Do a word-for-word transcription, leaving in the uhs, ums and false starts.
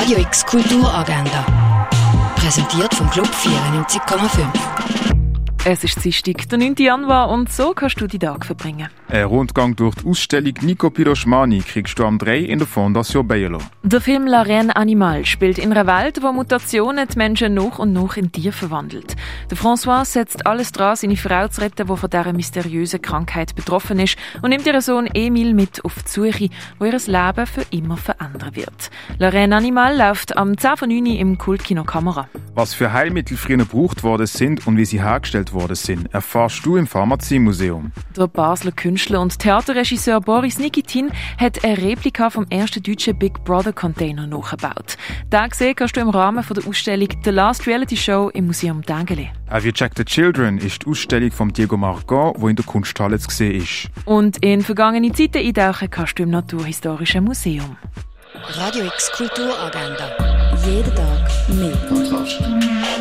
Radio X Kulturagenda. Präsentiert vom Club vierundneunzig Komma fünf. Es ist Dienstag, der neunten Januar, und so kannst du die Tag verbringen. Ein Rundgang durch die Ausstellung Nico Piroschmani kriegst du am drei in der Fondation Bielo. Der Film La Reine Animal spielt in einer Welt, wo Mutationen die Menschen nach und nach in Tiere verwandelt. Der François setzt alles dran, seine Frau zu retten, die von dieser mysteriösen Krankheit betroffen ist, und nimmt ihren Sohn Emil mit auf die Suche, wo ihr Leben für immer verändern wird. La Reine Animal läuft am zehn vor neun im Kultkino Kamera. Was für Heilmittel früher gebraucht worden sind und wie sie hergestellt worden sind, erfährst du im Pharmaziemuseum. Der Basler Künstler und Theaterregisseur Boris Nikitin hat eine Replika vom ersten deutschen Big Brother Container nachgebaut. Den gesehen kannst du im Rahmen der Ausstellung «The Last Reality Show» im Museum Dengeli. Auch wie «Check the Children» ist die Ausstellung von Diego Margot, die in der Kunsthalle zu sehen ist. Und in vergangene Zeiten eintauchen kannst du im Naturhistorischen Museum. Radio X Kulturagenda. Jeden Tag mehr.